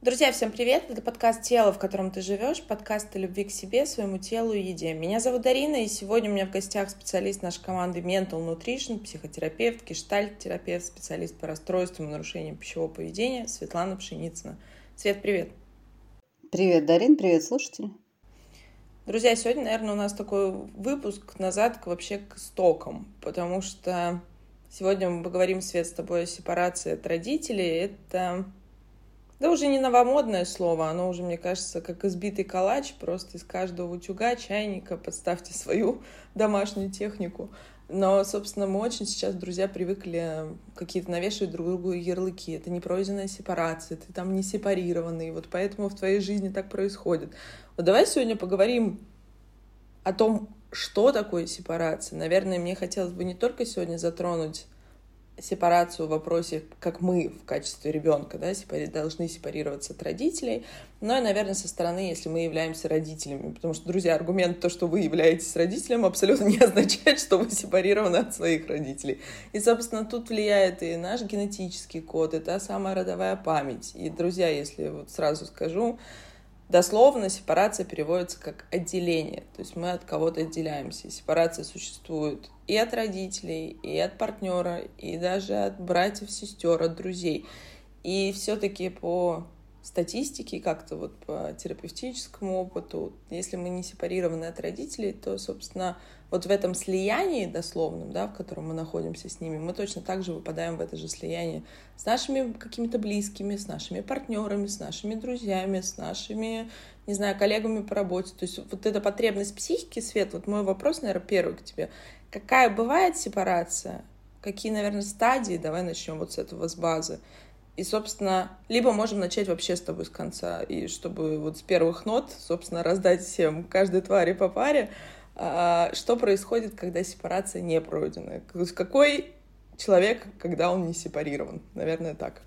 Друзья, всем привет! Это подкаст «Тело, в котором ты живешь», подкаст о любви к себе, своему телу и еде. Меня зовут Дарина, и сегодня у меня в гостях специалист нашей команды Mental Nutrition, психотерапевт, гештальт-терапевт, специалист по расстройствам и нарушениям пищевого поведения Светлана Пшеницына. Свет, привет! Привет, Дарин, привет, слушатели! Друзья, сегодня, наверное, у нас такой выпуск назад вообще к истокам, потому что сегодня мы поговорим, Свет, с тобой о сепарации от родителей. Да уже не новомодное слово, оно уже, мне кажется, как избитый калач, просто из каждого утюга, чайника подставьте свою домашнюю технику. Но, собственно, мы очень сейчас, друзья, привыкли какие-то навешивать друг другу ярлыки. Это непройденная сепарация, ты там не сепарированный, вот поэтому в твоей жизни так происходит. Вот давай сегодня поговорим о том, что такое сепарация. Наверное, мне хотелось бы не только сегодня затронуть сепарацию в вопросе, как мы в качестве ребенка, да, должны сепарироваться от родителей, но и, наверное, со стороны, если мы являемся родителями. Потому что, друзья, аргумент, то, что вы являетесь родителем, абсолютно не означает, что вы сепарированы от своих родителей. И, собственно, тут влияет и наш генетический код, и та самая родовая память. И, друзья, если вот сразу скажу, дословно сепарация переводится как отделение, то есть мы от кого-то отделяемся. И сепарация существует и от родителей, и от партнера, и даже от братьев, сестер, от друзей. И все-таки по статистике, как-то вот по терапевтическому опыту, если мы не сепарированы от родителей, то, собственно, вот в этом слиянии дословном, да, в котором мы находимся с ними, мы точно так же выпадаем в это же слияние с нашими какими-то близкими, с нашими партнерами, с нашими друзьями, с нашими, не знаю, коллегами по работе. То есть вот эта потребность психики, Свет, вот мой вопрос, наверное, первый к тебе. Какая бывает сепарация? Какие, наверное, стадии? Давай начнем вот с этого, с базы. И, собственно, либо можем начать вообще с тобой с конца, и чтобы вот с первых нот, собственно, раздать всем, каждой твари по паре, что происходит, когда сепарация не пройдена. То есть какой человек, когда он не сепарирован? Наверное, так.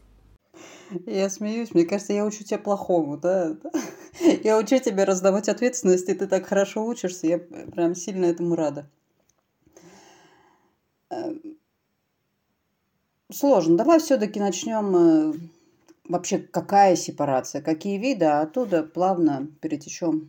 Я смеюсь, мне кажется, я учу тебя плохому, да? Я учу тебя раздавать ответственность, и ты так хорошо учишься, я прям сильно этому рада. Сложно. Давай все-таки начнем вообще, какая сепарация, какие виды, а оттуда плавно перетечем,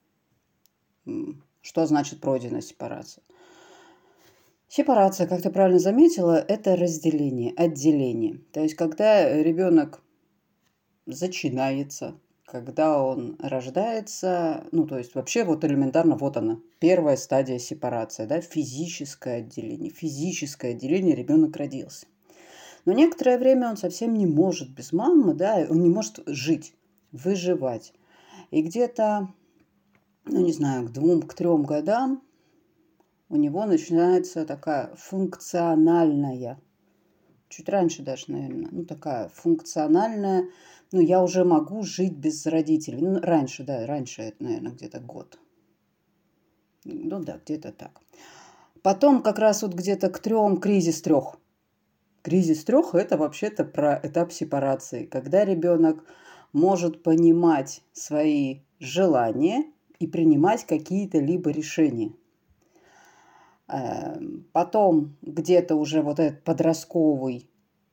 что значит пройденная сепарация. Сепарация, как ты правильно заметила, это разделение, отделение. То есть, когда ребенок зачинается, когда он рождается, ну, то есть, вообще вот элементарно, вот она, первая стадия сепарации, да, физическое отделение, ребенок родился. Но некоторое время он совсем не может без мамы, да, он не может жить, выживать. И где-то, ну, не знаю, к 2-3 годам у него начинается такая функциональная, чуть раньше даже, наверное, ну, такая функциональная, ну, я уже могу жить без родителей. Ну, раньше, да, раньше это, наверное, где-то год. Ну, да, где-то так. Потом как раз вот где-то к 3, кризис 3. Кризис 3 – это вообще-то про этап сепарации, когда ребенок может понимать свои желания и принимать какие-то либо решения. Потом где-то уже вот этот подростковый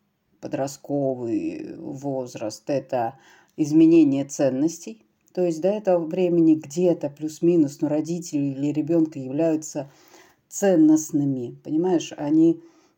возраст – это изменение ценностей. То есть до этого времени где-то плюс-минус, но родители или ребенка являются ценностными. Понимаешь, они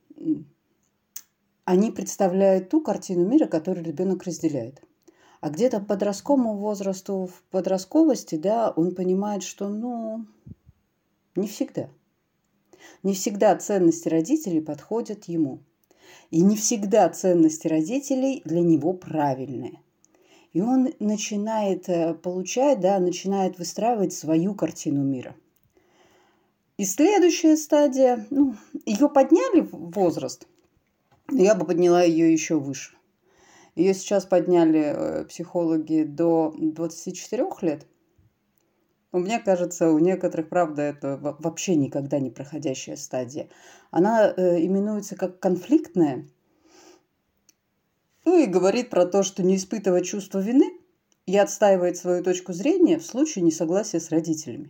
представляют ту картину мира, которую ребенок разделяет. А где-то по подростковому возрасту, в подростковости, да, он понимает, что, ну, не всегда. Не всегда ценности родителей подходят ему. И не всегда ценности родителей для него правильные. И он начинает получать, да, начинает выстраивать свою картину мира. И следующая стадия, ну, ее подняли в возраст, но я бы подняла ее еще выше. Ее сейчас подняли психологи до 24 лет. Мне кажется, у некоторых, правда, это вообще никогда не проходящая стадия. Она именуется как конфликтная. Ну и говорит про то, что не испытывать чувство вины и отстаивает свою точку зрения в случае несогласия с родителями.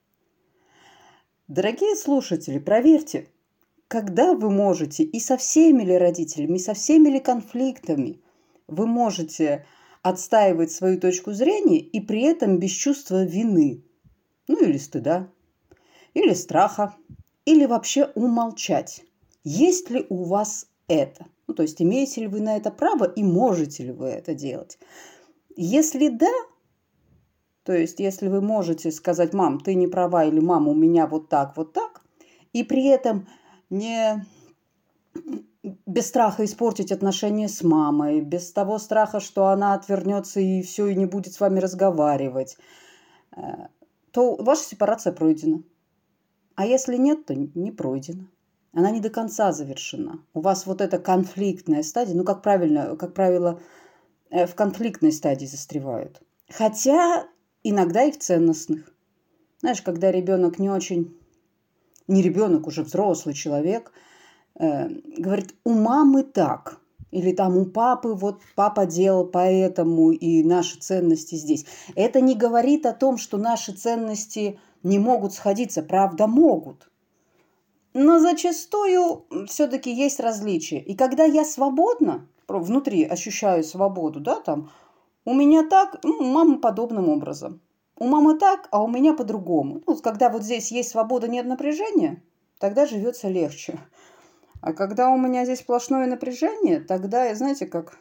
Дорогие слушатели, проверьте, когда вы можете и со всеми ли родителями, и со всеми ли конфликтами вы можете отстаивать свою точку зрения и при этом без чувства вины, ну или стыда, или страха, или вообще умолчать. Есть ли у вас это? Ну, то есть имеете ли вы на это право и можете ли вы это делать? Если да, то есть если вы можете сказать: мам, ты не права, или мама, у меня вот так, и при этом не без страха испортить отношения с мамой, без того страха, что она отвернется и все, и не будет с вами разговаривать, то ваша сепарация пройдена. А если нет, то не пройдена. Она не до конца завершена. У вас вот эта конфликтная стадия, ну, как правило, в конфликтной стадии застревают. Хотя иногда и в ценностных. Знаешь, когда ребенок не ребенок, уже взрослый человек, говорит: у мамы так, или там у папы, вот папа делал поэтому, и наши ценности здесь. Это не говорит о том, что наши ценности не могут сходиться, правда, могут. Но зачастую все-таки есть различия. И когда я свободна, внутри ощущаю свободу, да, там, у меня так, у мамы подобным образом. У мамы так, а у меня по-другому. Ну, когда вот здесь есть свобода, нет напряжения, тогда живется легче. А когда у меня здесь сплошное напряжение, тогда, знаете, как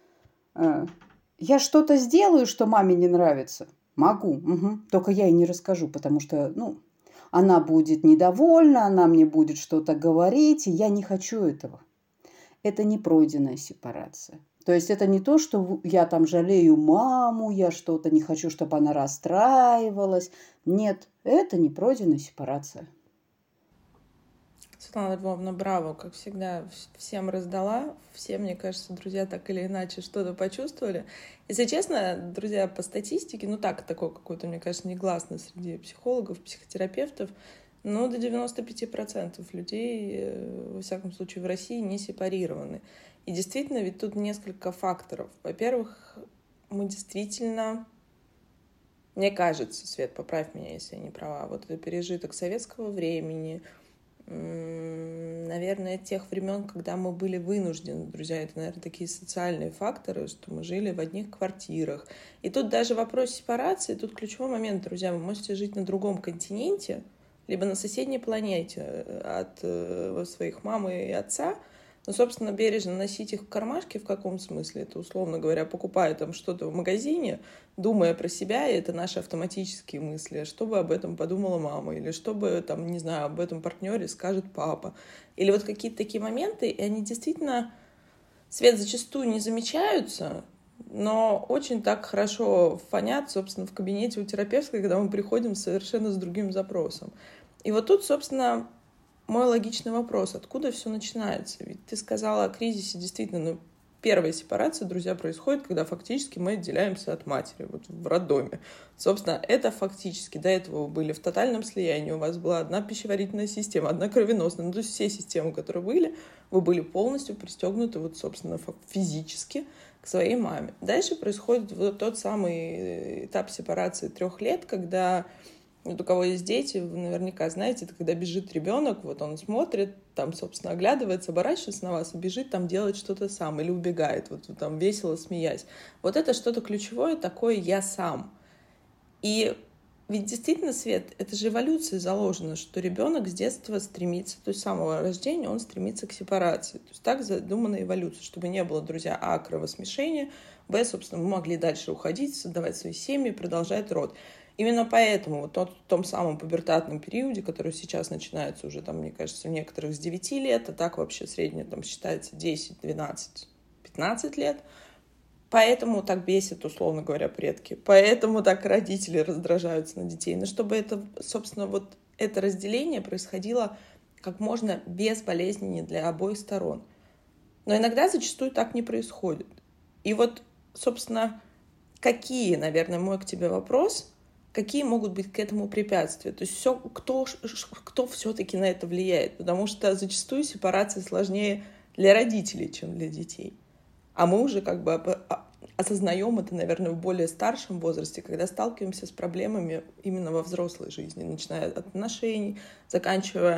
я что-то сделаю, что маме не нравится. Могу, только я ей не расскажу, потому что, она будет недовольна, она мне будет что-то говорить, и я не хочу этого. Это не пройденная сепарация. То есть это не то, что я там жалею маму, я что-то не хочу, чтобы она расстраивалась. Нет, это не пройденная сепарация. Светлана Львовна, браво, как всегда, всем раздала. Все, мне кажется, друзья так или иначе что-то почувствовали. Если честно, друзья, по статистике, такой какой-то, мне кажется, негласный среди психологов, психотерапевтов, до 95% людей, во всяком случае, в России не сепарированы. И действительно, ведь тут несколько факторов. Во-первых, мы действительно... Мне кажется, Свет, поправь меня, если я не права, вот это пережиток советского времени, наверное, тех времен, когда мы были вынуждены, друзья, это, наверное, такие социальные факторы, что мы жили в одних квартирах. И тут даже вопрос сепарации, тут ключевой момент, друзья, вы можете жить на другом континенте, либо на соседней планете от своих мамы и отца, но, собственно, бережно носить их в кармашке, в каком смысле? Это, условно говоря, покупая там что-то в магазине, думая про себя, и это наши автоматические мысли, что бы об этом подумала мама, или что бы, там, не знаю, об этом партнере скажет папа. Или вот какие-то такие моменты, и они действительно, Свет, зачастую не замечаются, но очень так хорошо фонят, собственно, в кабинете у терапевта, когда мы приходим совершенно с другим запросом. И вот тут, собственно, мой логичный вопрос, откуда все начинается? Ведь ты сказала о кризисе, действительно, первая сепарация, друзья, происходит, когда фактически мы отделяемся от матери, вот в роддоме. Собственно, это фактически, до этого вы были в тотальном слиянии, у вас была одна пищеварительная система, одна кровеносная, то есть все системы, которые были, вы были полностью пристегнуты, вот, собственно, физически к своей маме. Дальше происходит вот тот самый этап сепарации 3 лет, когда... Вот у кого есть дети, вы наверняка знаете, это когда бежит ребенок, вот он смотрит, там, собственно, оглядывается, оборачивается на вас и бежит там делать что-то сам или убегает, вот там весело смеясь. Вот это что-то ключевое такое «я сам». И ведь действительно, Свет, это же эволюция заложена, что ребенок с детства стремится, то есть с самого рождения он стремится к сепарации. То есть так задумана эволюция, чтобы не было, друзья, кровосмешения, б, собственно, мы могли дальше уходить, создавать свои семьи, продолжать род. Именно поэтому вот в том самом пубертатном периоде, который сейчас начинается уже, там, мне кажется, у некоторых с 9 лет, а так вообще среднее там считается 10, 12, 15 лет, поэтому так бесит, условно говоря, предки, поэтому так родители раздражаются на детей. Но чтобы это, собственно, вот это разделение происходило как можно безболезненнее для обоих сторон. Но иногда зачастую так не происходит. И вот, собственно, какие, наверное, мой к тебе вопрос... Какие могут быть к этому препятствия? То есть кто все-таки на это влияет? Потому что зачастую сепарация сложнее для родителей, чем для детей. А мы уже как бы осознаем это, наверное, в более старшем возрасте, когда сталкиваемся с проблемами именно во взрослой жизни, начиная от отношений, заканчивая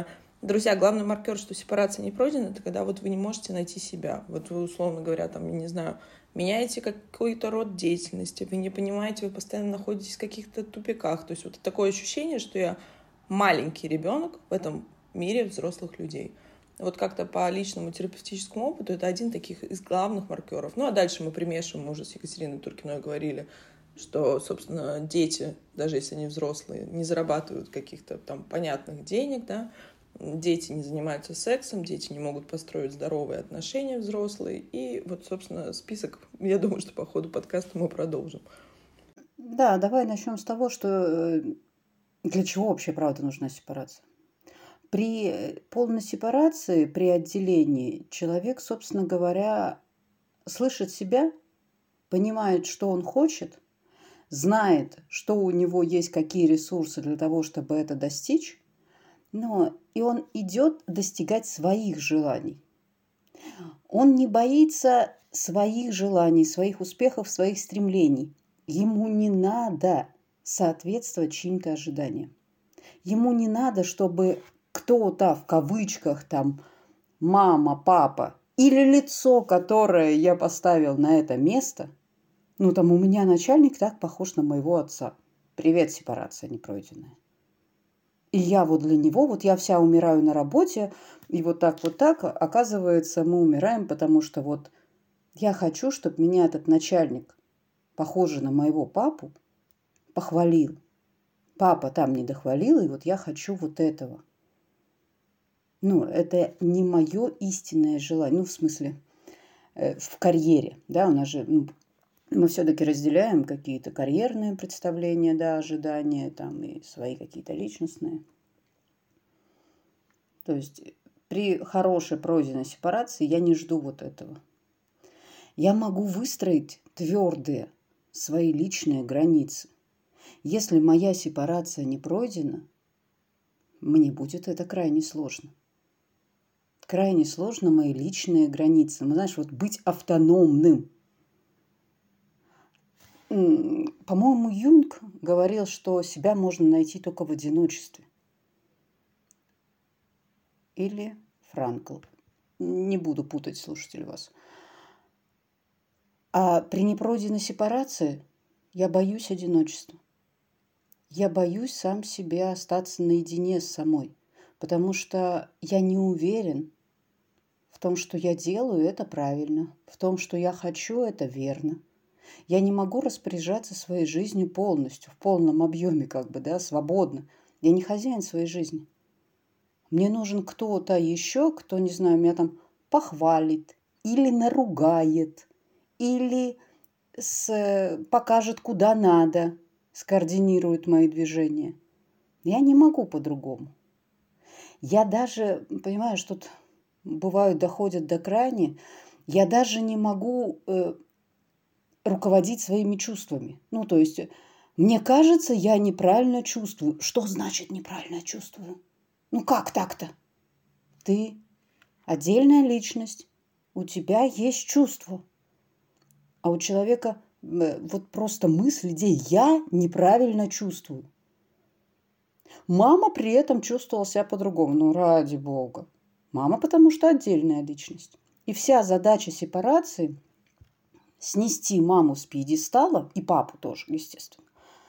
Друзья, главный маркер, что сепарация не пройдена, это когда вот вы не можете найти себя. Вот вы, условно говоря, там, я не знаю, меняете какой-то род деятельности, вы не понимаете, вы постоянно находитесь в каких-то тупиках. То есть вот такое ощущение, что я маленький ребенок в этом мире взрослых людей. Вот как-то по личному терапевтическому опыту это один таких из главных маркеров. Ну, а дальше мы примешиваем, мы уже с Екатериной Туркиной говорили, что, собственно, дети, даже если они взрослые, не зарабатывают каких-то там понятных денег, да, дети не занимаются сексом, дети не могут построить здоровые отношения взрослые. И вот, собственно, список, я думаю, что по ходу подкаста мы продолжим. Да, давай начнем с того, что для чего вообще, правда, нужна сепарация. При полной сепарации, при отделении, человек, собственно говоря, слышит себя, понимает, что он хочет, знает, что у него есть, какие ресурсы для того, чтобы это достичь, и он идет достигать своих желаний. Он не боится своих желаний, своих успехов, своих стремлений. Ему не надо соответствовать чьим-то ожиданиям. Ему не надо, чтобы кто-то, в кавычках, там, мама, папа, или лицо, которое я поставил на это место, там у меня начальник так похож на моего отца. Привет, сепарация непройденная. И я вот для него, вот я вся умираю на работе, и вот так, оказывается, мы умираем, потому что вот я хочу, чтобы меня этот начальник, похожий на моего папу, похвалил. Папа там не дохвалил, и вот я хочу вот этого. Это не мое истинное желание. В смысле, в карьере, да, у нас же, мы все-таки разделяем какие-то карьерные представления, да, ожидания, там, и свои какие-то личностные. То есть при хорошей пройденной сепарации я не жду вот этого. Я могу выстроить твердые свои личные границы. Если моя сепарация не пройдена, мне будет это крайне сложно. Крайне сложно мои личные границы. Знаешь, вот быть автономным. По-моему, Юнг говорил, что себя можно найти только в одиночестве. Или Франкл. Не буду путать, слушатель, вас. А при непройденной сепарации я боюсь одиночества. Я боюсь сам себе остаться наедине с самой, потому что я не уверен в том, что я делаю, это правильно, в том, что я хочу, это верно. Я не могу распоряжаться своей жизнью полностью, в полном объеме, свободно. Я не хозяин своей жизни. Мне нужен кто-то еще, кто, не знаю, меня там похвалит или наругает, или покажет, куда надо, скоординирует мои движения. Я не могу по-другому. Я даже, понимаешь, тут бывают, доходят до крайне, я даже не могу руководить своими чувствами. То есть, мне кажется, я неправильно чувствую. Что значит неправильно чувствую? Как так-то? Ты отдельная личность, у тебя есть чувство. А у человека вот просто мысль, идея, я неправильно чувствую. Мама при этом чувствовала себя по-другому. Ради бога. Мама, потому что отдельная личность. И вся задача сепарации – снести маму с пьедестала, и папу тоже, естественно.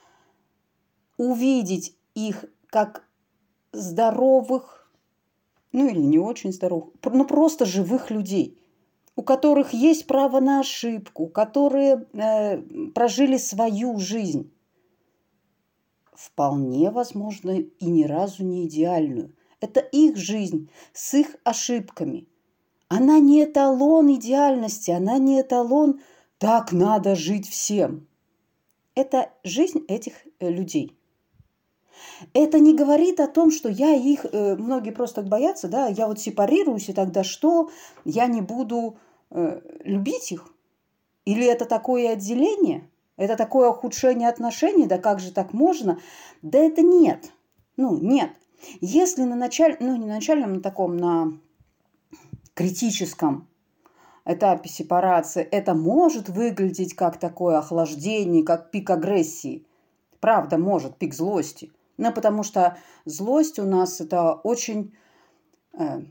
Увидеть их как здоровых, или не очень здоровых, просто живых людей, у которых есть право на ошибку, которые прожили свою жизнь. Вполне возможно, и ни разу не идеальную. Это их жизнь с их ошибками. Она не эталон идеальности, она не эталон «так надо жить всем». Это жизнь этих людей. Это не говорит о том, что я их, многие просто боятся, да, я вот сепарируюсь, и тогда что, я не буду любить их? Или это такое отделение? Это такое ухудшение отношений? Да как же так можно? Да это нет. Нет. Если на не начальном, на таком, на критическом этапе сепарации это может выглядеть как такое охлаждение, как пик агрессии. Правда, может, пик злости. Потому что злость у нас это очень э,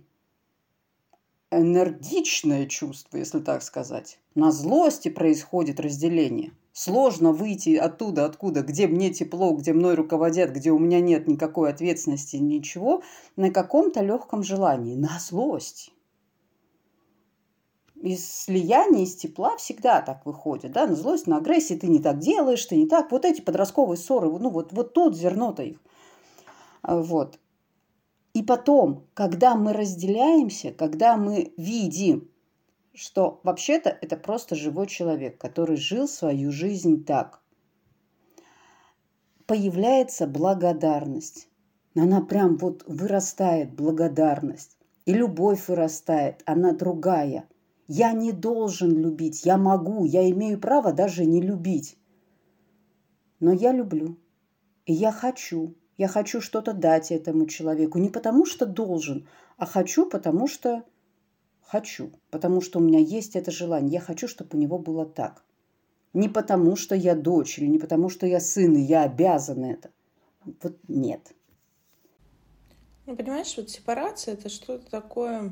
энергичное чувство, если так сказать. На злости происходит разделение. Сложно выйти оттуда, откуда, где мне тепло, где мной руководят, где у меня нет никакой ответственности, ничего, на каком-то легком желании, на злость. Из слияния, из тепла всегда так выходит, да, на злость, на агрессию, ты не так делаешь, ты не так. Вот эти подростковые ссоры, ну вот тут зерно-то их. Вот. И потом, когда мы разделяемся, когда мы видим, что вообще-то это просто живой человек, который жил свою жизнь так, появляется благодарность. Она прям вот вырастает, благодарность. И любовь вырастает, она другая. Я не должен любить, я могу, я имею право даже не любить. Но я люблю, и я хочу. Я хочу что-то дать этому человеку. Не потому что должен, а хочу, потому что хочу. Потому что у меня есть это желание. Я хочу, чтобы у него было так. Не потому что я дочь, или не потому что я сын, и я обязан это. Вот нет. Ну, понимаешь, вот сепарация — это что-то такое...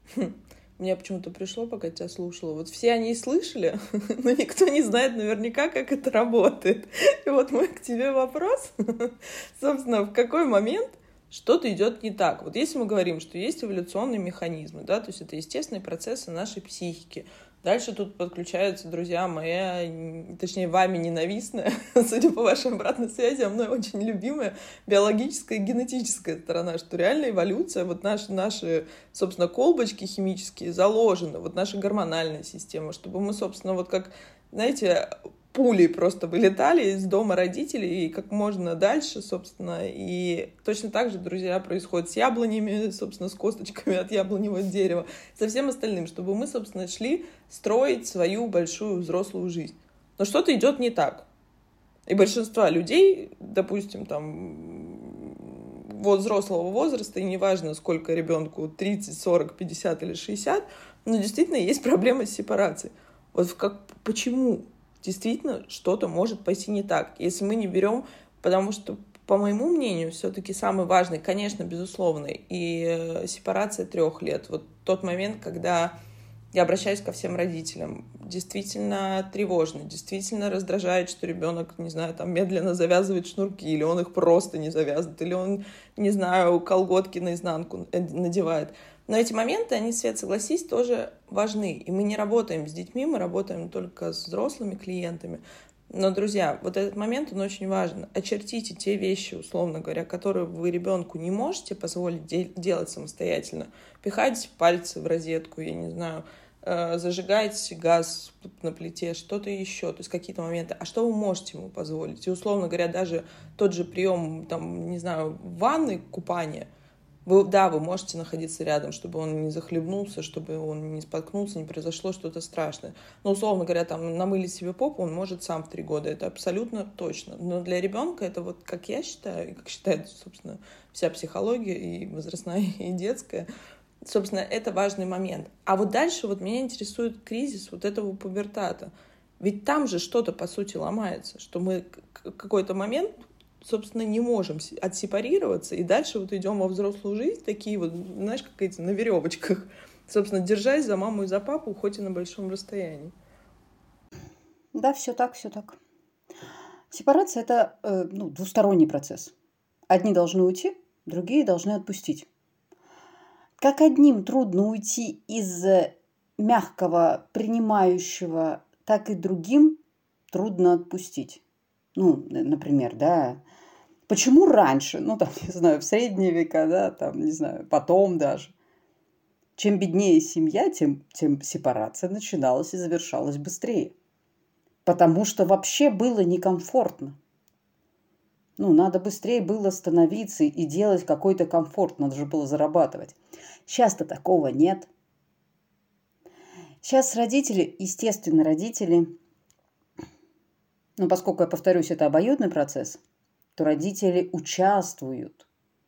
Мне почему-то пришло, пока тебя слушала. Вот все они и слышали, но никто не знает наверняка, как это работает. И вот мой к тебе вопрос, собственно, в какой момент что-то идет не так. Вот если мы говорим, что есть эволюционные механизмы, да, то есть это естественные процессы нашей психики. Дальше тут подключаются, друзья, моя, точнее, вами ненавистная, судя по вашей обратной связи, а мной очень любимая биологическая и генетическая сторона, что реально эволюция, вот наши, собственно, колбочки химические заложены, вот наша гормональная система, чтобы мы, собственно, вот как, знаете, пулей просто вылетали из дома родителей и как можно дальше, собственно. И точно так же, друзья, происходит с яблонями, собственно, с косточками от яблоневого дерева, со всем остальным, чтобы мы, собственно, шли строить свою большую взрослую жизнь. Но что-то идет не так. И большинство людей, допустим, там, вот взрослого возраста, и неважно, сколько ребенку, 30, 40, 50 или 60, но действительно есть проблема с сепарацией. Вот почему? Действительно, что-то может пойти не так, если мы не берем, потому что, по моему мнению, все-таки самый важный, конечно, безусловный, и сепарация 3 лет. Вот тот момент, когда я обращаюсь ко всем родителям, действительно тревожно, действительно раздражает, что ребенок, не знаю, там медленно завязывает шнурки, или он их просто не завязывает, или он, не знаю, колготки наизнанку надевает. Но эти моменты, они, Свет, согласись, тоже важны. И мы не работаем с детьми, мы работаем только с взрослыми клиентами. Но, друзья, вот этот момент, он очень важен. Очертите те вещи, условно говоря, которые вы ребенку не можете позволить делать самостоятельно. Пихайте пальцы в розетку, я не знаю, зажигайте газ на плите, что-то еще, то есть какие-то моменты. А что вы можете ему позволить? И, условно говоря, даже тот же прием, там, не знаю, ванны, купания, вы можете находиться рядом, чтобы он не захлебнулся, чтобы он не споткнулся, не произошло что-то страшное. Но, условно говоря, там, намылить себе попу он может сам в 3 года, это абсолютно точно. Но для ребенка это вот, как я считаю, и как считает, собственно, вся психология, и возрастная, и детская, собственно, это важный момент. А вот дальше вот меня интересует кризис вот этого пубертата. Ведь там же что-то, по сути, ломается, что мы какой-то момент, собственно, не можем отсепарироваться, и дальше вот идем во взрослую жизнь, такие вот, знаешь, как эти, на веревочках, собственно, держась за маму и за папу, хоть и на большом расстоянии. Да, все так, все так. Сепарация – это двусторонний процесс. Одни должны уйти, другие должны отпустить. Как одним трудно уйти из мягкого, принимающего, так и другим трудно отпустить. Ну, например, да, почему раньше, ну, там, не знаю, в средние века, да, там, не знаю, потом даже. Чем беднее семья, тем сепарация начиналась и завершалась быстрее. Потому что вообще было некомфортно. Ну, надо быстрее было становиться и делать какой-то комфорт, надо же было зарабатывать. Сейчас-то такого нет. Сейчас родители, естественно, родители, поскольку, я повторюсь, это обоюдный процесс, то родители участвуют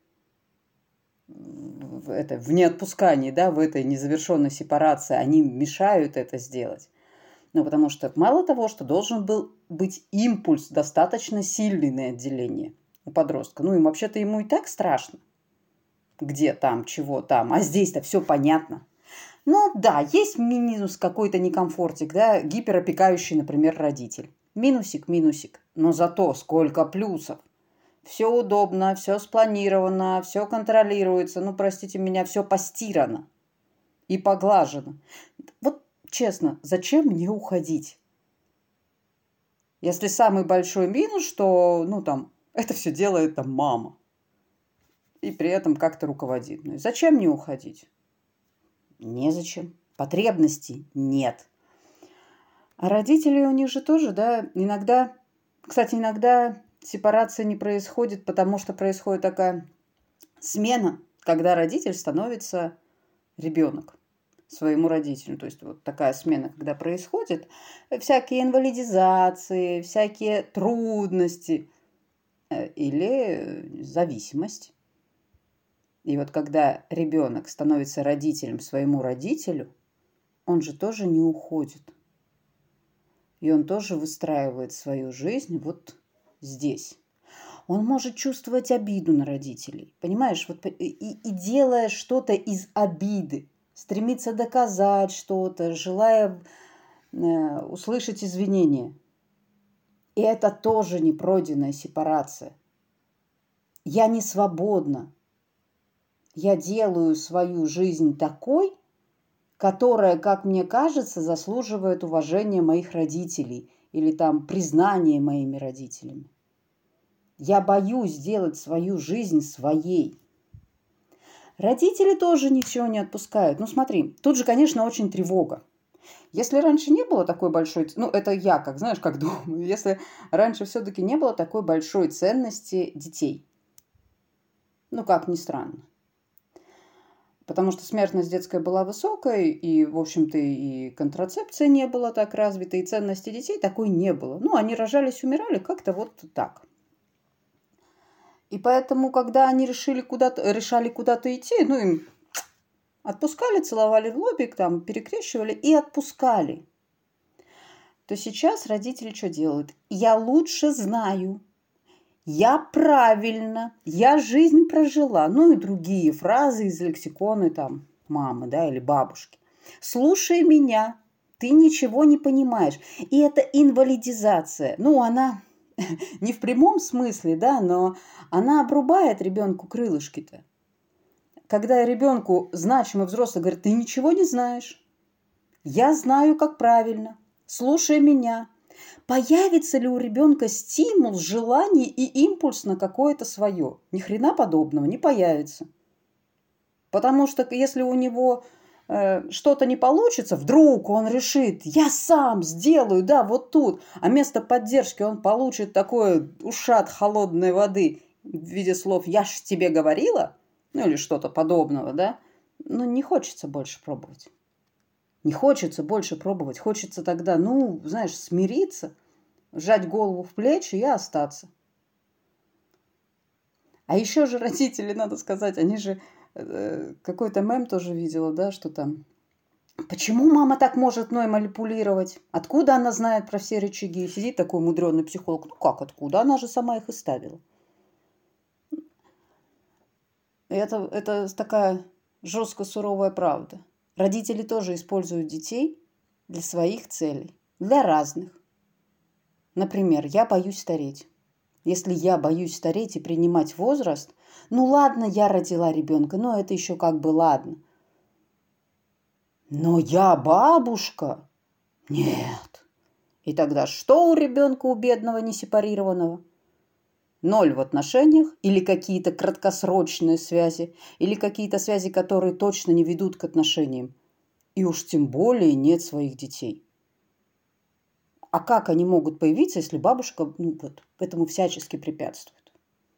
в неотпускании, да, в этой незавершенной сепарации, они мешают это сделать. Ну, потому что мало того, что должен был быть импульс достаточно сильный на отделение у подростка. Ну, им вообще-то ему и так страшно. где там, чего там, а здесь-то все понятно. Ну да, есть минус какой-то некомфортик, да, гиперопекающий, например, родитель. Минусик, минусик, но зато сколько плюсов. Все удобно, все спланировано, все контролируется, ну, простите меня, все постирано и поглажено. Вот честно, зачем мне уходить? Если самый большой минус, что, ну, там, это все делает там мама. И при этом как-то руководит. Ну, и зачем мне уходить? Незачем. Потребностей нет. А родители у них же тоже, да, иногда... Кстати, иногда сепарация не происходит, потому что происходит такая смена, когда родитель становится ребенок своему родителю. То есть вот такая смена, когда происходит, всякие инвалидизации, всякие трудности или зависимость. И вот когда ребенок становится родителем своему родителю, он же тоже не уходит. И он тоже выстраивает свою жизнь вот здесь. Он может чувствовать обиду на родителей. Понимаешь, вот и делая что-то из обиды, стремиться доказать что-то, желая услышать извинения. И это тоже непройденная сепарация. Я не свободна. Я делаю свою жизнь такой, которая, как мне кажется, заслуживает уважения моих родителей или там признания моими родителями. Я боюсь сделать свою жизнь своей. Родители тоже ничего не отпускают. Ну смотри, тут же, конечно, очень тревога. Если раньше не было такой большой... Ну, это я, как знаешь, как думаю. Если раньше все-таки не было такой большой ценности детей. Ну, как ни странно. Потому что смертность детская была высокой, и, в общем-то, и контрацепция не была так развита, и ценности детей такой не было. Ну, они рожались, умирали как-то вот так. И поэтому, когда они решали куда-то идти, ну, им отпускали, целовали в лобик, там, перекрещивали и отпускали. То сейчас родители что делают? Я лучше знаю. Я правильно, я жизнь прожила. Ну и другие фразы из лексикона там мамы, да, или бабушки. Слушай меня, ты ничего не понимаешь. И это инвалидизация. Ну, она не в прямом смысле, да, но она обрубает ребенку крылышки-то. Когда ребенку значимый взрослый говорит, ты ничего не знаешь. Я знаю, как правильно. Слушай меня. Появится ли у ребенка стимул, желание и импульс на какое-то свое? Ни хрена подобного не появится. Потому что если у него что-то не получится, вдруг он решит, я сам сделаю, да, вот тут. А вместо поддержки он получит такой ушат холодной воды в виде слов «я ж тебе говорила», ну или что-то подобного, да. Но не хочется больше пробовать. Не хочется больше пробовать. Хочется тогда, ну, знаешь, смириться, сжать голову в плечи и остаться. А еще же родители, надо сказать, они же... какой-то мем тоже видела, да, что там... Почему мама так может мной манипулировать? Откуда она знает про все рычаги? Сидит такой мудрёный психолог. Ну как откуда? Она же сама их и ставила. И это такая жестко суровая правда. Родители тоже используют детей для своих целей, для разных. Например, я боюсь стареть. Если я боюсь стареть и принимать возраст, ну ладно, я родила ребенка, но это еще как бы ладно. Но я бабушка? Нет. И тогда что у ребенка, у бедного, несепарированного? 0 в отношениях или какие-то краткосрочные связи, или какие-то связи, которые точно не ведут к отношениям. И уж тем более нет своих детей. А как они могут появиться, если бабушка этому всячески препятствует?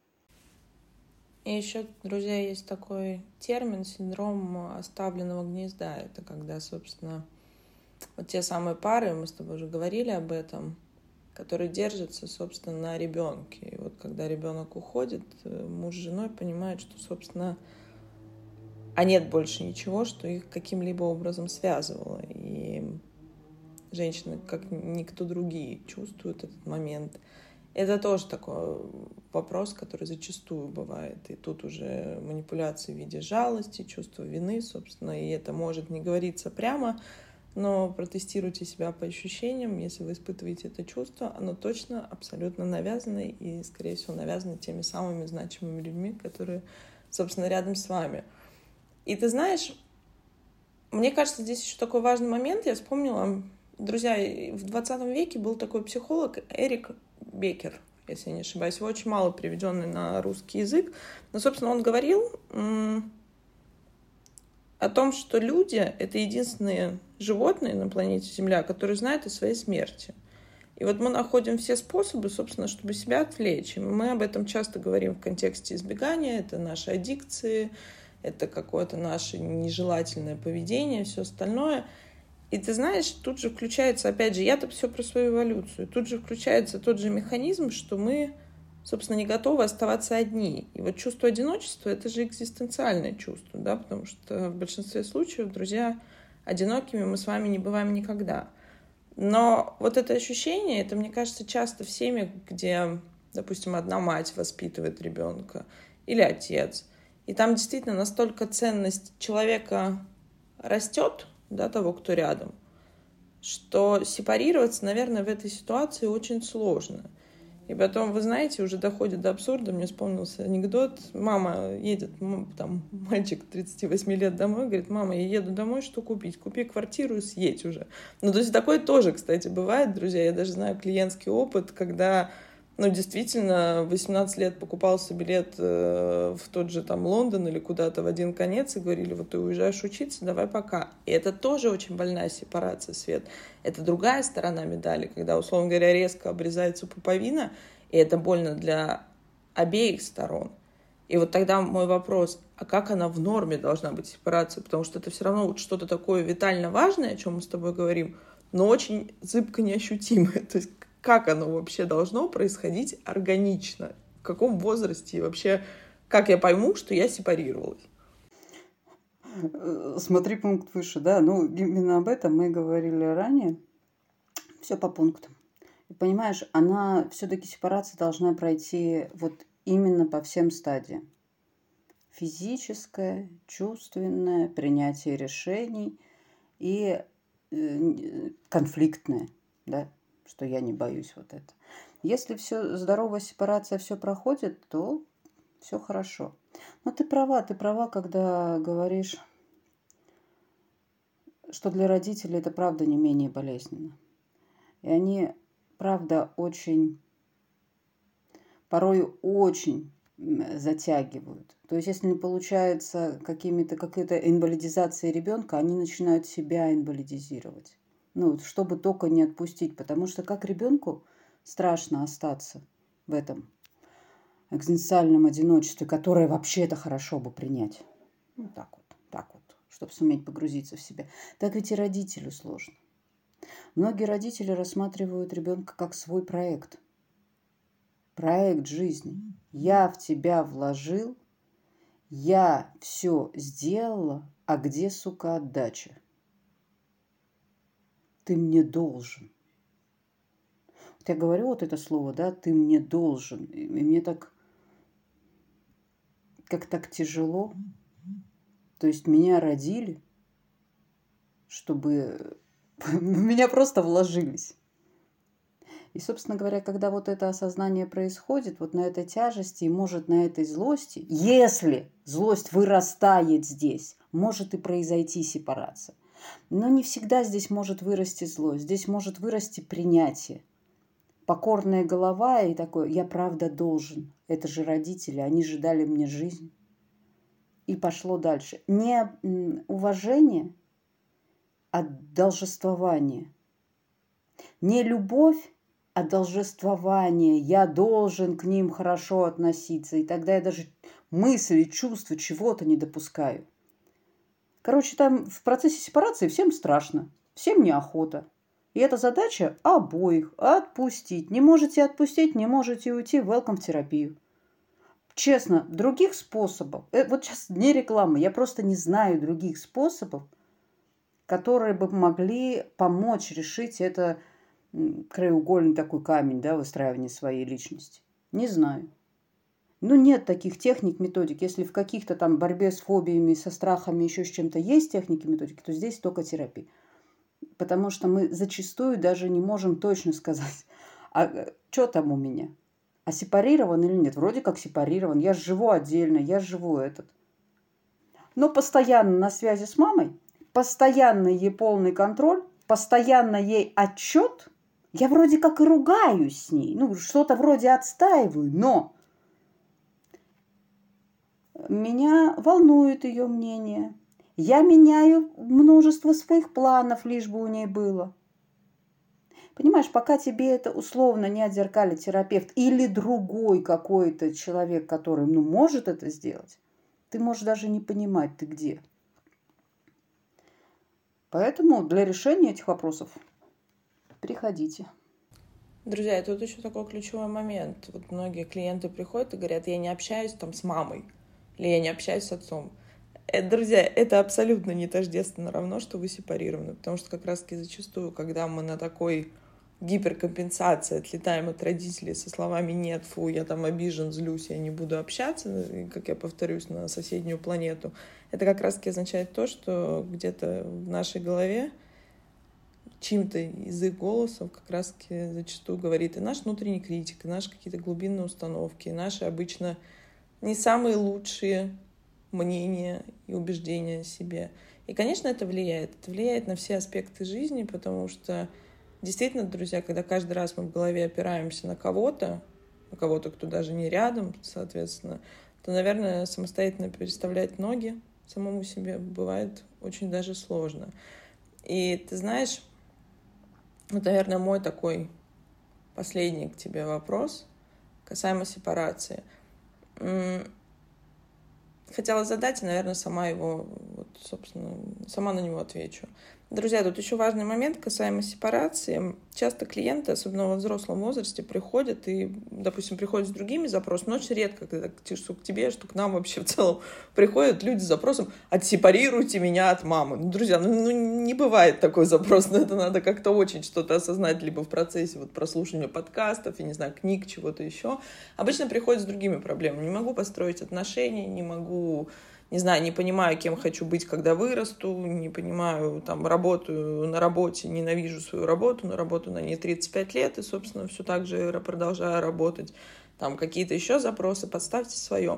И еще, друзья, есть такой термин синдром оставленного гнезда. Это когда, собственно, вот те самые пары, мы с тобой уже говорили об этом, которые держатся, собственно, на ребенке. И вот когда ребенок уходит, муж с женой понимают, что, собственно, нет больше ничего, что их каким-либо образом связывало. И женщины, как никто другие, чувствуют этот момент. Это тоже такой вопрос, который зачастую бывает. И тут уже манипуляции в виде жалости, чувства вины, собственно, и это может не говориться прямо, но протестируйте себя по ощущениям. Если вы испытываете это чувство, оно точно абсолютно навязано и, скорее всего, навязано теми самыми значимыми людьми, которые, собственно, рядом с вами. И ты знаешь, мне кажется, здесь еще такой важный момент. Я вспомнила, друзья, в 20 веке был такой психолог Эрик Беккер, если я не ошибаюсь, его очень мало переведенный на русский язык. Но, собственно, он говорил о том, что люди — это единственные животные на планете Земля, которые знают о своей смерти. И вот мы находим все способы, собственно, чтобы себя отвлечь. И мы об этом часто говорим в контексте избегания. Это наши аддикции, это какое-то наше нежелательное поведение, все остальное. И ты знаешь, тут же включается, опять же, я-то все про свою эволюцию, тут же включается тот же механизм, что мы, собственно, не готовы оставаться одни. И вот чувство одиночества — это же экзистенциальное чувство, да, потому что в большинстве случаев, друзья, одинокими мы с вами не бываем никогда. Но вот это ощущение, это, мне кажется, часто в семьях, где, допустим, одна мать воспитывает ребенка или отец, и там действительно настолько ценность человека растет, да, того, кто рядом, что сепарироваться, наверное, в этой ситуации очень сложно. И потом, вы знаете, уже доходит до абсурда. Мне вспомнился анекдот. Мама едет, там, мальчик 38 лет домой, говорит: мама, я еду домой, что купить? Купи квартиру и съедь уже. Ну, то есть такое тоже, кстати, бывает, друзья. Я даже знаю клиентский опыт, когда, ну, действительно, в 18 лет покупался билет в тот же там Лондон или куда-то в один конец и говорили: вот ты уезжаешь учиться, давай пока. И это тоже очень больная сепарация, Свет. Это другая сторона медали, когда, условно говоря, резко обрезается пуповина, и это больно для обеих сторон. И вот тогда мой вопрос: а как она в норме должна быть, сепарация? Потому что это все равно вот что-то такое витально важное, о чем мы с тобой говорим, но очень зыбко неощутимое. То есть как оно вообще должно происходить органично? В каком возрасте и вообще, как я пойму, что я сепарировалась? Смотри пункт выше, да. Ну, именно об этом мы говорили ранее. Все по пунктам. И понимаешь, она все-таки сепарация должна пройти вот именно по всем стадиям. Физическое, чувственное, принятие решений и конфликтное, да, что я не боюсь вот это. Если все здоровая сепарация, все проходит, то все хорошо. Но ты права, когда говоришь, что для родителей это правда не менее болезненно. И они, правда, порой очень затягивают. То есть, если не получается какая-то инвалидизация ребенка, они начинают себя инвалидизировать. Ну, чтобы только не отпустить. Потому что как ребенку страшно остаться в этом экзистенциальном одиночестве, которое вообще-то хорошо бы принять. Ну, так вот, чтобы суметь погрузиться в себя. Так ведь и родителю сложно. Многие родители рассматривают ребенка как свой проект. Проект жизни. Я в тебя вложил, я все сделала, а где, сука, отдача? Ты мне должен. Вот я говорю вот это слово, да, ты мне должен. И мне так тяжело. То есть меня родили, чтобы в меня просто вложились. И, собственно говоря, когда вот это осознание происходит, вот на этой тяжести и, может, на этой злости, если злость вырастает здесь, может и произойти сепарация. Но не всегда здесь может вырасти злость, здесь может вырасти принятие. Покорная голова и такое: я правда должен, это же родители, они же дали мне жизнь. И пошло дальше. Не уважение, а должествование. Не любовь, а должествование. Я должен к ним хорошо относиться. И тогда я даже мысли, чувства чего-то не допускаю. Короче, там в процессе сепарации всем страшно, всем неохота. И это задача обоих — отпустить. Не можете отпустить, не можете уйти, welcome в терапию. Честно, других способов, вот сейчас не реклама, я просто не знаю других способов, которые бы могли помочь решить это краеугольный такой камень, да, выстраивания своей личности? Не знаю. Ну, нет таких техник, методик. Если в каких-то там борьбе с фобиями, со страхами, еще с чем-то есть техники, методики, то здесь только терапия. Потому что мы зачастую даже не можем точно сказать, а что там у меня? А сепарирован или нет? Вроде как сепарирован. Я живу отдельно, я живу этот. Но постоянно на связи с мамой, постоянно ей полный контроль, постоянно ей отчет. Я вроде как и ругаюсь с ней, ну, что-то вроде отстаиваю, но меня волнует ее мнение. Я меняю множество своих планов, лишь бы у ней было. Понимаешь, пока тебе это условно не отзеркалит терапевт или другой какой-то человек, который, ну, может это сделать, ты можешь даже не понимать, ты где. Поэтому для решения этих вопросов приходите. Друзья, тут еще такой ключевой момент. Вот многие клиенты приходят и говорят, я не общаюсь там с мамой, или я не общаюсь с отцом. Друзья, это абсолютно не тождественно равно, что вы сепарированы, потому что как раз-таки зачастую, когда мы на такой гиперкомпенсации отлетаем от родителей со словами «нет, фу, я там обижен, злюсь, я не буду общаться», и, как я повторюсь, на соседнюю планету, это как раз-таки означает то, что где-то в нашей голове чьим-то язык голосов как раз-таки зачастую говорит и наш внутренний критик, и наши какие-то глубинные установки, и наши обычно не самые лучшие мнения и убеждения о себе. И, конечно, это влияет. Это влияет на все аспекты жизни, потому что действительно, друзья, когда каждый раз мы в голове опираемся на кого-то, кто даже не рядом, соответственно, то, наверное, самостоятельно переставлять ноги самому себе бывает очень даже сложно. И ты знаешь, вот, наверное, мой такой последний к тебе вопрос касаемо сепарации. Хотела задать, и, наверное, сама на него отвечу. Друзья, тут еще важный момент касаемо сепарации. Часто клиенты, особенно во взрослом возрасте, приходят и, допустим, приходят с другими запросами, но очень редко, когда что к тебе, что к нам вообще в целом приходят люди с запросом «отсепарируйте меня от мамы». Ну, друзья, не бывает такой запрос, но это надо как-то очень что-то осознать либо в процессе прослушивания подкастов, я не знаю, книг, чего-то еще. Обычно приходят с другими проблемами. Не могу построить отношения, не могу... Не знаю, не понимаю, кем хочу быть, когда вырасту, не понимаю, там, работаю на работе, ненавижу свою работу, на работу на ней 35 лет, и, собственно, все так же продолжаю работать. Там какие-то еще запросы, подставьте свое.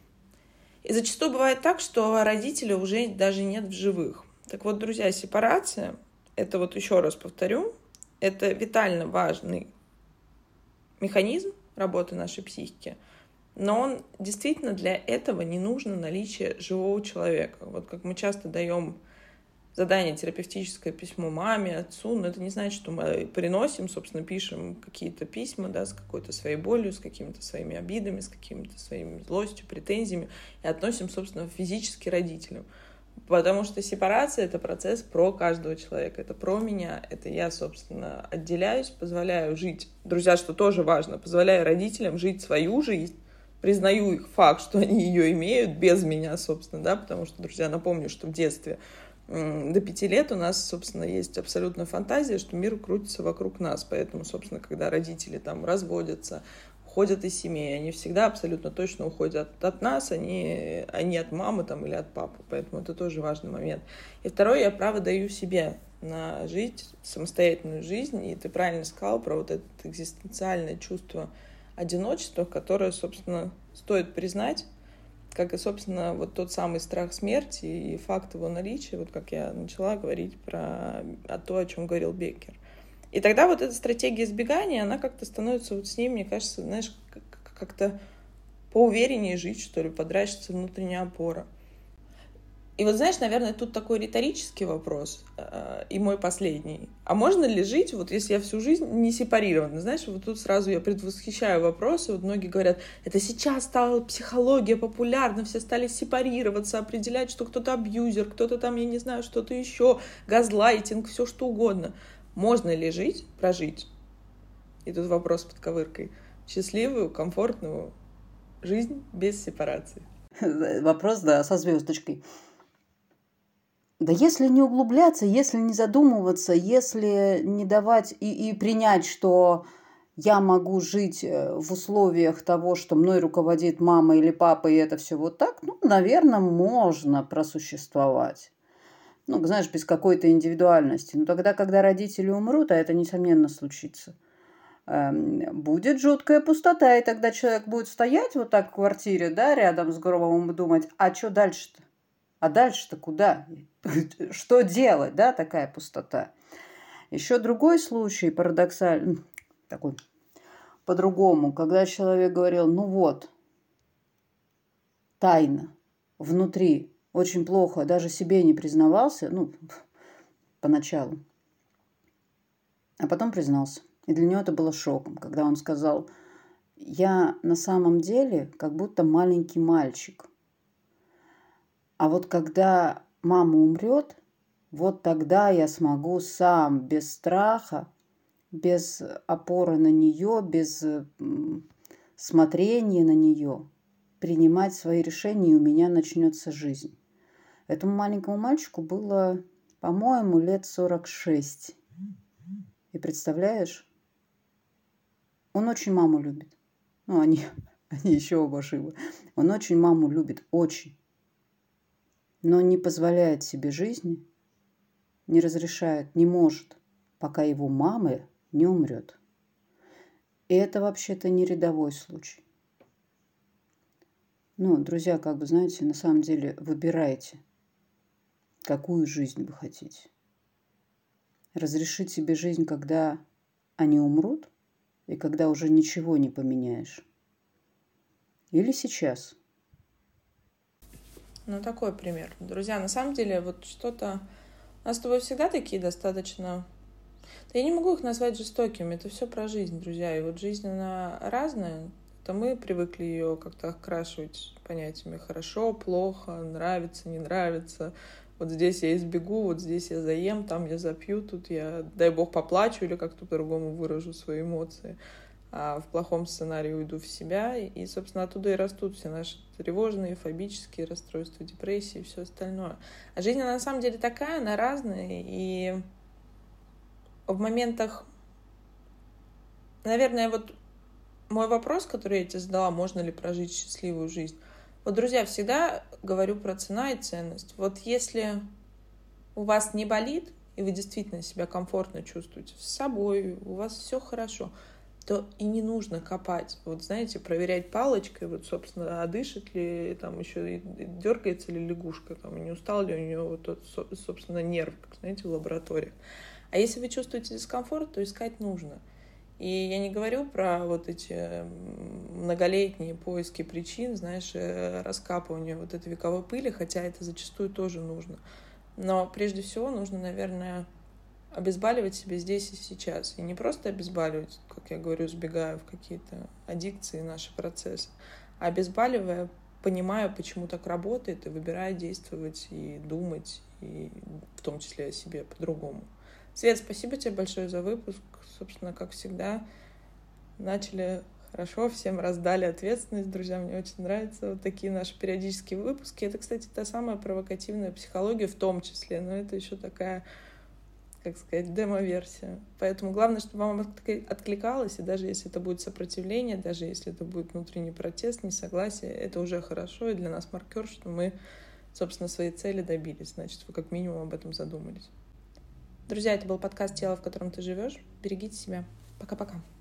И зачастую бывает так, что родителей уже даже нет в живых. Так вот, друзья, сепарация, это еще раз повторю, это витально важный механизм работы нашей психики, но он действительно для этого не нужно наличие живого человека. Вот как мы часто даем задание терапевтическое письмо маме, отцу, но это не значит, что мы приносим, собственно, пишем какие-то письма, да, с какой-то своей болью, с какими-то своими обидами, с какими-то своими злостью, претензиями и относим, собственно, физически родителям. Потому что сепарация — это процесс про каждого человека, это про меня, это я, собственно, отделяюсь, позволяю жить, друзья, что тоже важно, позволяю родителям жить свою жизнь, признаю их факт, что они ее имеют без меня, собственно, да, потому что, друзья, напомню, что в детстве до 5 лет у нас, собственно, есть абсолютная фантазия, что мир крутится вокруг нас, поэтому, собственно, когда родители там разводятся, уходят из семьи, они всегда абсолютно точно уходят от нас, они от мамы там, или от папы, поэтому это тоже важный момент. И второе, я право даю себе на жить самостоятельную жизнь, и ты правильно сказал про это экзистенциальное чувство одиночество, которое, собственно, стоит признать, как и, собственно, тот самый страх смерти и факт его наличия, как я начала говорить про то, о чем говорил Беккер. И тогда эта стратегия избегания, она как-то становится с ней, мне кажется, знаешь, как-то поувереннее жить, что ли, подращивается внутренняя опора. И знаешь, наверное, тут такой риторический вопрос, и мой последний. А можно ли жить, если я всю жизнь не сепарирована? Знаешь, тут сразу я предвосхищаю вопросы. Многие говорят, это сейчас стала психология популярна, все стали сепарироваться, определять, что кто-то абьюзер, кто-то там, я не знаю, что-то еще, газлайтинг, все что угодно. Можно ли прожить, и тут вопрос под ковыркой, счастливую, комфортную жизнь без сепарации? Вопрос, да, со звездочкой. Да если не углубляться, если не задумываться, если не давать и принять, что я могу жить в условиях того, что мной руководит мама или папа, и это все вот так, ну, наверное, можно просуществовать. Ну, знаешь, без какой-то индивидуальности. Но тогда, когда родители умрут, а это, несомненно, случится, будет жуткая пустота, и тогда человек будет стоять вот так в квартире, да, рядом с гробом и думать, а что дальше-то? А дальше-то куда? Что делать, да, такая пустота? Еще другой случай, парадоксальный, такой по-другому, когда человек говорил, ну вот, тайна внутри, очень плохо, даже себе не признавался, ну, поначалу, а потом признался. И для него это было шоком, когда он сказал, я на самом деле как будто маленький мальчик. А вот когда мама умрет, вот тогда я смогу сам, без страха, без опоры на нее, без смотрения на нее, принимать свои решения, и у меня начнется жизнь. Этому маленькому мальчику было, по-моему, лет 46. И представляешь, он очень маму любит. Ну, они еще оба живы. Он очень маму любит, очень. Но не позволяет себе жизни, не разрешает, не может, пока его мама не умрет. И это вообще-то не рядовой случай. Ну, друзья, как бы, знаете, на самом деле выбирайте, какую жизнь вы хотите. Разрешить себе жизнь, когда они умрут, и когда уже ничего не поменяешь. Или сейчас. Ну, такой пример. Друзья, на самом деле, вот что-то... У нас с тобой всегда такие достаточно... Да я не могу их назвать жестокими, это все про жизнь, друзья. И вот жизнь, она разная. То мы привыкли ее как-то окрашивать понятиями хорошо, плохо, нравится, не нравится. Вот здесь я избегу, вот здесь я заем, там я запью, тут я, дай бог, поплачу или как-то по-другому выражу свои эмоции. А в плохом сценарии уйду в себя. И, собственно, оттуда и растут все наши тревожные, фобические расстройства, депрессии и все остальное. А жизнь, она на самом деле такая, она разная. И в моментах... Наверное, вот мой вопрос, который я тебе задала, можно ли прожить счастливую жизнь. Вот, друзья, всегда говорю про цена и ценность. Вот если у вас не болит, и вы действительно себя комфортно чувствуете с собой, у вас все хорошо, то и не нужно копать. Вот, знаете, проверять палочкой, вот, собственно, а дышит ли, там, еще дергается ли лягушка, там, не устал ли у нее вот тот, собственно, нерв, как, знаете, в лаборатории. А если вы чувствуете дискомфорт, то искать нужно. И я не говорю про вот эти многолетние поиски причин, знаешь, раскапывание вот этой вековой пыли, хотя это зачастую тоже нужно. Но прежде всего нужно, наверное, обезболивать себя здесь и сейчас. И не просто обезболивать, как я говорю, сбегая в какие-то аддикции, наши процессы, а обезболивая, понимая, почему так работает, и выбирая действовать и думать, и в том числе о себе по-другому. Свет, спасибо тебе большое за выпуск. Собственно, как всегда, начали хорошо, всем раздали ответственность. Друзья, мне очень нравятся вот такие наши периодические выпуски. Это, кстати, та самая провокативная психология в том числе, но это еще такая, как сказать, демо-версия. Поэтому главное, чтобы вам откликалось, и даже если это будет сопротивление, даже если это будет внутренний протест, несогласие, это уже хорошо, и для нас маркер, что мы, собственно, своей цели добились. Значит, вы как минимум об этом задумались. Друзья, это был подкаст «Тело, в котором ты живешь». Берегите себя. Пока-пока.